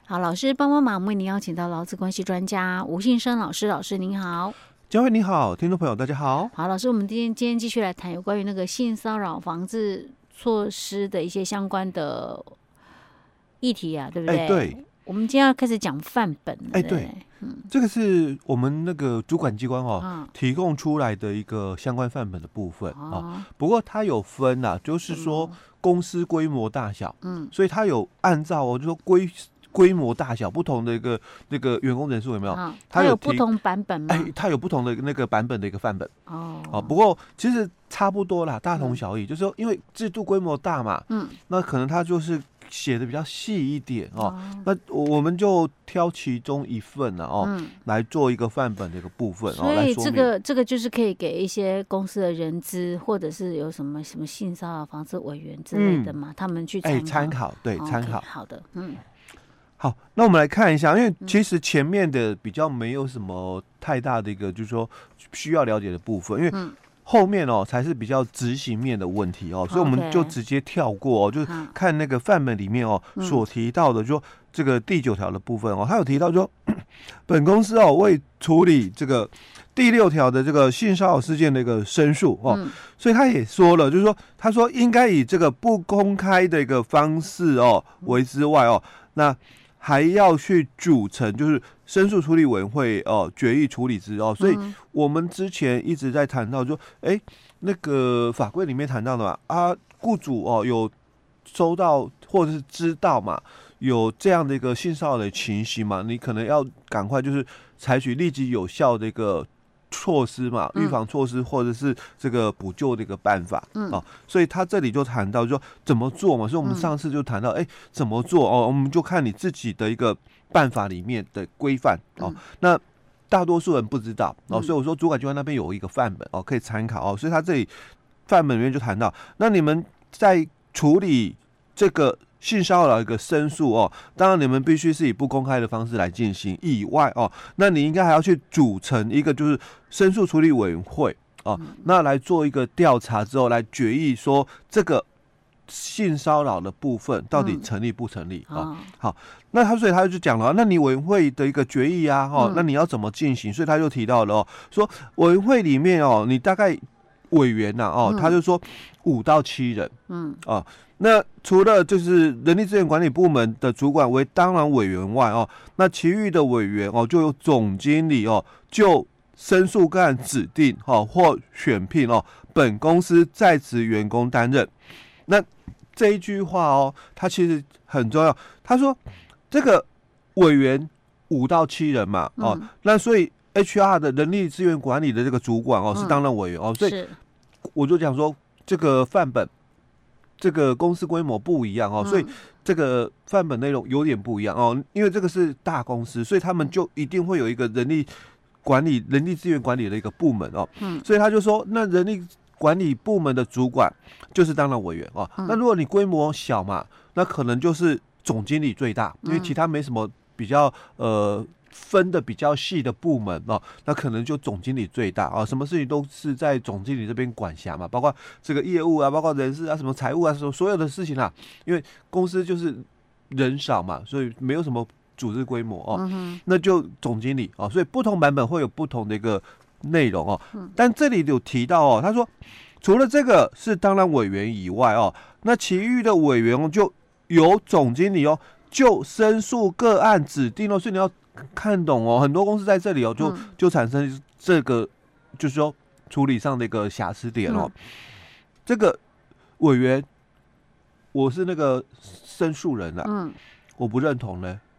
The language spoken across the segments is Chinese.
好，老师帮忙，为您邀请到劳资关系专家吴信生老师。老师您好。 嘉惠你好，听众朋友大家好。 好，老师，我们今天继续来谈有关于那个性骚扰防治措施的一些相关的议题啊，对不对？ 对。 我们今天要开始讲范本了。 对，这个是我们那个主管机关提供出来的一个相关范本的部分不过它有分就是说公司规模大小，所以它有按照就说规模大小不同的一个那个员工人数有没有？ 它有不同版本吗？ 它有不同的那个版本的一个范本不过其实差不多啦，大同小异。就是说，因为制度规模大嘛，那可能它就是写的比较细一点那我们就挑其中一份来做一个范本的一个部分所以这个就是可以给一些公司的人资，或者是有什么性骚扰防治委员之类的嘛，他们去参考，对，参考。 好的， 好，那我们来看一下，因为其实前面的比较没有什么太大的一个，就是说需要了解的部分，因为后面才是比较执行面的问题所以我们就直接跳过就是看那个范本里面所提到的，就说这个第9条的部分他有提到说，本公司为处理这个第6条的这个性骚扰事件的一个申诉所以他也说了，就是说他说应该以这个不公开的一个方式为之外那还要去组成就是申诉处理委员会决议处理之所以我们之前一直在谈到说那个法规里面谈到的嘛雇主有收到或者是知道嘛有这样的一个性骚扰的情形嘛，你可能要赶快就是采取立即有效的一个措施嘛，预防措施或者是这个补救的一个办法所以他这里就谈到说怎么做嘛，所以我们上次就谈到怎么做我们就看你自己的一个办法里面的规范那大多数人不知道所以我说主管机关那边有一个范本可以参考所以他这里范本里面就谈到，那你们在处理这个性骚扰一个申诉当然你们必须是以不公开的方式来进行以外那你应该还要去组成一个就是申诉处理委员会那来做一个调查之后来决议说这个性骚扰的部分到底成立不成立好，那所以他就讲了，那你委员会的一个决议那你要怎么进行？所以他就提到了说委员会里面你大概委员他就说5到7人那除了就是人力资源管理部门的主管为当然委员外那其余的委员就由总经理就申诉个案指定或选聘本公司在职员工担任。那这一句话它其实很重要。他说这个委员5到7人嘛那所以 HR 的人力资源管理的这个主管是担任委员所以我就讲说这个范本这个公司规模不一样所以这个范本内容有点不一样因为这个是大公司，所以他们就一定会有一个人力资源管理的一个部门所以他就说那人力管理部门的主管就是当然委员那如果你规模小嘛，那可能就是总经理最大，因为其他没什么比较分的比较细的部门那可能就总经理最大什么事情都是在总经理这边管辖嘛，包括这个业务包括人事什么财务所有的事情因为公司就是人少嘛，所以没有什么组织规模那就总经理所以不同版本会有不同的一个内容但这里有提到他说除了这个是当然委员以外那其余的委员就由总经理就申诉个案指定所以你要看懂很多公司在这里就产生这个就是说处理上的一个瑕疵点这个委员我是那个申诉人我不认同呢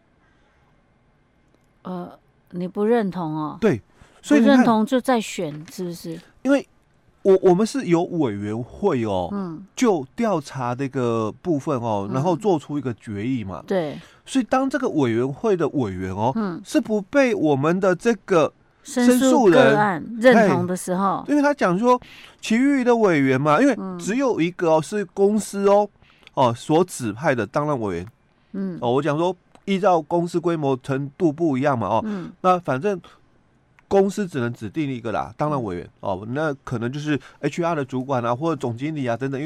你不认同对，所以不认同就再选是不是？ 因为我们是有委员会就调查这个部分然后做出一个决议嘛对， 所以当这个委员会的委员是不被我们的这个申诉个案认同的时候因为他讲说其余的委员嘛，因为只有一个是公司所指派的当然委员我讲说依照公司规模程度不一样嘛那反正公司只能指定一个啦，当然委员那可能就是 HR 的主管或者总经理等等，因为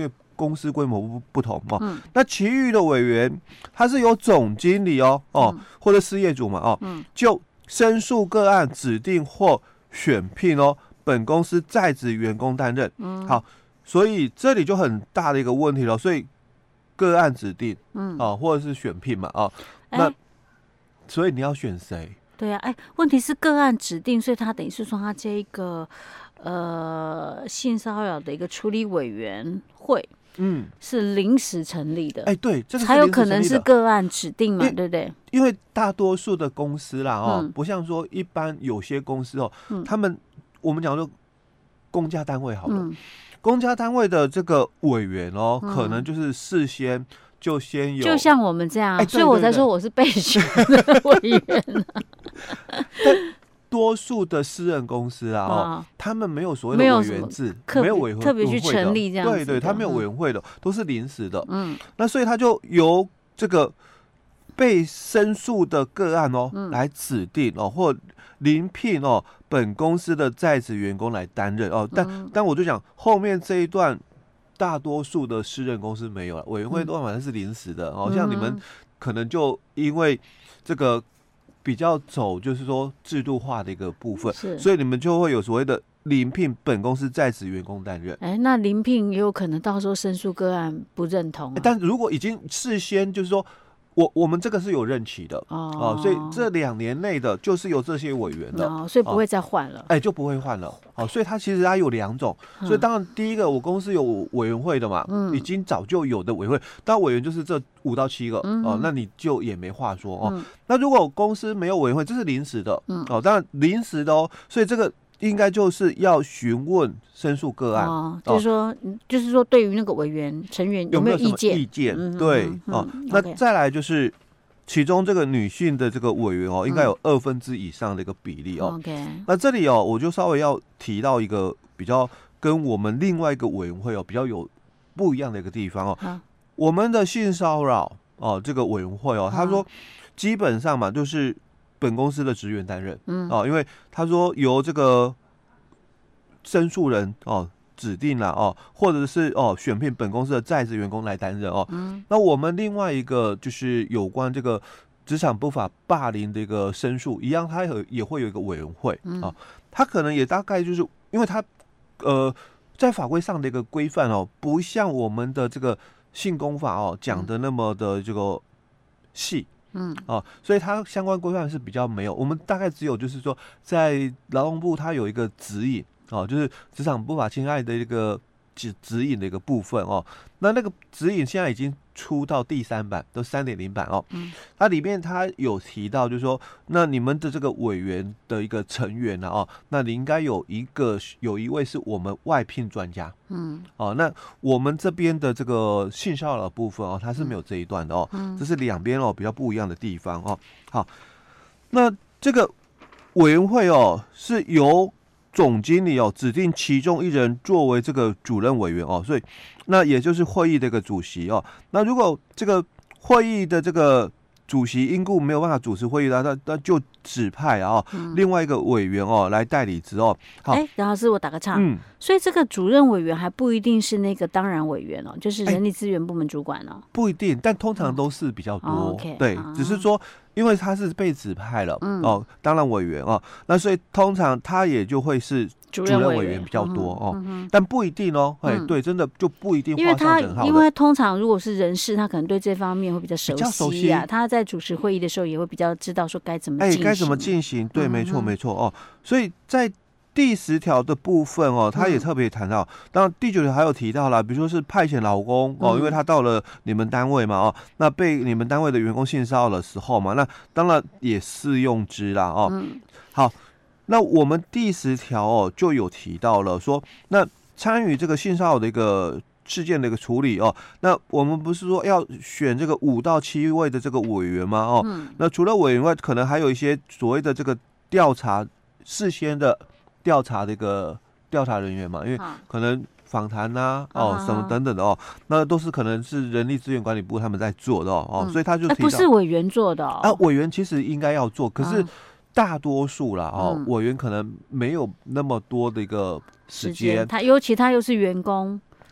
公司规模不同哦。那其余的委员，他是由总经理或者事业主嘛就申诉个案指定或选聘本公司在职员工担任。好，所以这里就很大的一个问题了。所以个案指定或者是选聘嘛那所以你要选谁？ 对啊，问题是个案指定，所以他等于是说他这一个性骚扰的一个处理委员会，是临时成立的， 对，这个才有可能是个案指定嘛，对不对？ 因为大多数的公司啦不像说一般有些公司他们我们讲说公家单位好了，公家单位的这个委员可能就是事先就先有， 就像我们这样，所以我才说我是备选的委员。 但多数的私人公司他们没有所谓的委员制，没有委员会特别去成立这样子， 对，他没有委员会的，都是临时的。那所以他就由这个被申诉的个案来指定或遴聘本公司的在职员工来担任但我就讲后面这一段。大多数的私人公司没有了，委员会都反正是临时的像你们可能就因为这个比较走就是说制度化的一个部分，所以你们就会有所谓的遴聘本公司在职员工担任。 那遴聘也有可能到时候申诉个案不认同但如果已经事先就是说我们这个是有任期的所以这2年内的就是由这些委员的所以不会再换了就不会换了所以它其实它有2种所以当然第一个我公司有委员会的嘛已经早就有的委员会，当然委员就是这5到7个那你就也没话说那如果公司没有委员会，这是临时的当然临时的所以这个应该就是要询问申诉个案就是说对于那个委员成员有没有意见对那再来就是其中这个女性的这个委员应该有1/2以上的一个比例那这里我就稍微要提到一个比较跟我们另外一个委员会比较有不一样的一个地方我们的性骚扰这个委员会他说基本上嘛就是本公司的职员担任因为他说由这个申诉人指定了或者是选聘本公司的在职员工来担任那我们另外一个就是有关这个职场不法霸凌的一个申诉一样，它也会有一个委员会它可能也大概就是因为它在法规上的一个规范不像我们的这个性工法讲的那么的这个细所以它相关规范是比较没有，我们大概只有就是说在劳动部它有一个指引就是职场不法侵害的一个指引的一个部分那个指引现在已经出到第3版，都 3.0 版它里面它有提到就是说那你们的这个委员的一个成员那你应该有一位是我们外聘专家那我们这边的这个性骚扰的部分它是没有这一段的这是两边比较不一样的地方好，那这个委员会是由总经理指定其中一人作为这个主任委员所以那也就是会议的一个主席那如果这个会议的这个主席因故没有办法主持会议的，那就指派另外一个委员来代理之好， 杨老师我打个岔所以这个主任委员还不一定是那个当然委员就是人力资源部门主管不一定，但通常都是比较多对只是说因为他是被指派了当然委员那所以通常他也就会是主任委员比较多但不一定对，真的就不一定画上等号的， 因为通常如果是人事，他可能对这方面会比较熟悉他在主持会议的时候也会比较知道说该怎么进行对没错没错所以在第10条的部分他也特别谈到当然第9条还有提到啦，比如说是派遣劳工因为他到了你们单位嘛那被你们单位的员工性骚扰的时候嘛，那当然也适用之啦好，那我们第10条就有提到了说那参与这个性骚扰的一个事件的一个处理那我们不是说要选这个5到7位的这个委员吗那除了委员外可能还有一些所谓的这个事先的调查的一个调查人员嘛，因为可能访谈什么等等的那都是可能是人力资源管理部他们在做的所以他就提到不是委员做的委员其实应该要做，可是大多数啦委员可能没有那么多的一个时间， 尤其他又是员工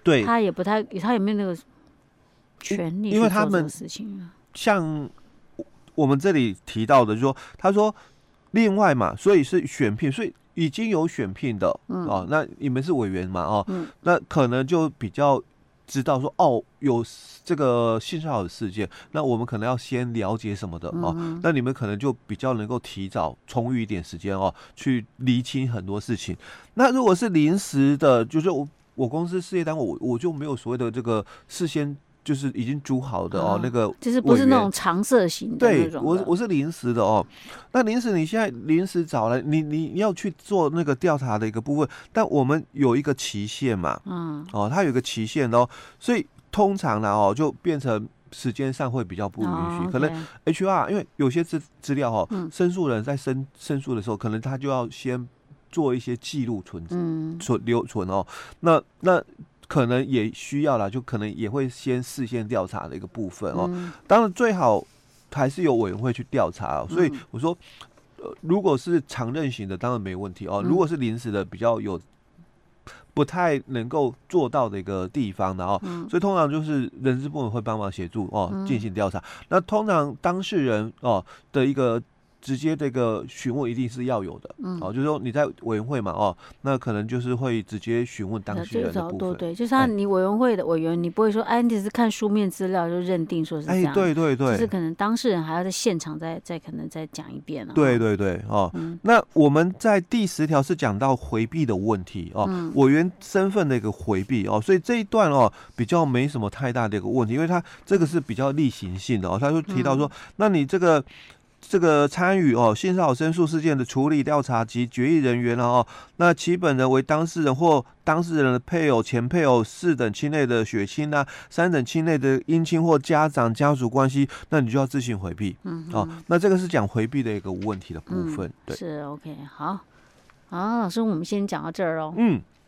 对， 他也没有那个权利去做这个事情啊。 像我们这里提到的，就是说他说另外嘛，所以是选聘，所以已经有选聘的哦，那你们是委员嘛哦，那可能就比较知道说哦有这个性骚扰的事件，那我们可能要先了解什么的哦，那你们可能就比较能够提早充裕一点时间哦，去厘清很多事情。那如果是临时的，就是我公司事业单位，我就没有所谓的这个事先就是已经租好的哦，那个就是不是那种常设型的那种的。 对，我是临时的哦。那临时你现在临时找来，你要去做那个调查的一个部分，但我们有一个期限嘛，它有一个期限哦，所以通常呢哦，就变成时间上会比较不允许，可能 HR 因为有些资料哦，申诉人在申诉的时候，可能他就要先做一些记录留存哦，那可能也需要啦，就可能也会先事先调查的一个部分哦。当然最好还是由委员会去调查哦。所以我说，如果是常任型的，当然没问题哦。如果是临时的，比较有不太能够做到的一个地方的哦，所以通常就是人事部门会帮忙协助哦进行调查。那通常当事人哦的一个直接这个询问一定是要有的，就是说你在委员会嘛，哦，那可能就是会直接询问当事人的部分， 对，就是你委员会的委员，你不会说，你只是看书面资料就认定说是这样， 对， 就是可能当事人还要在现场可能再讲一遍了， 对哦，那我们在第10条是讲到回避的问题哦，委员身份的一个回避哦，所以这一段哦比较没什么太大的一个问题，因为他这个是比较例行性的哦，他就提到说，那你这个参与性骚扰申诉事件的处理调查及决议人员哦，那其本人为当事人或当事人的配偶、前配偶、4等亲类的血亲啊，3等亲类的姻亲或家长家属关系，那你就要自行回避。那这个是讲回避的一个问题的部分。对， 是 OK， 好，老师，我们先讲到这儿哦。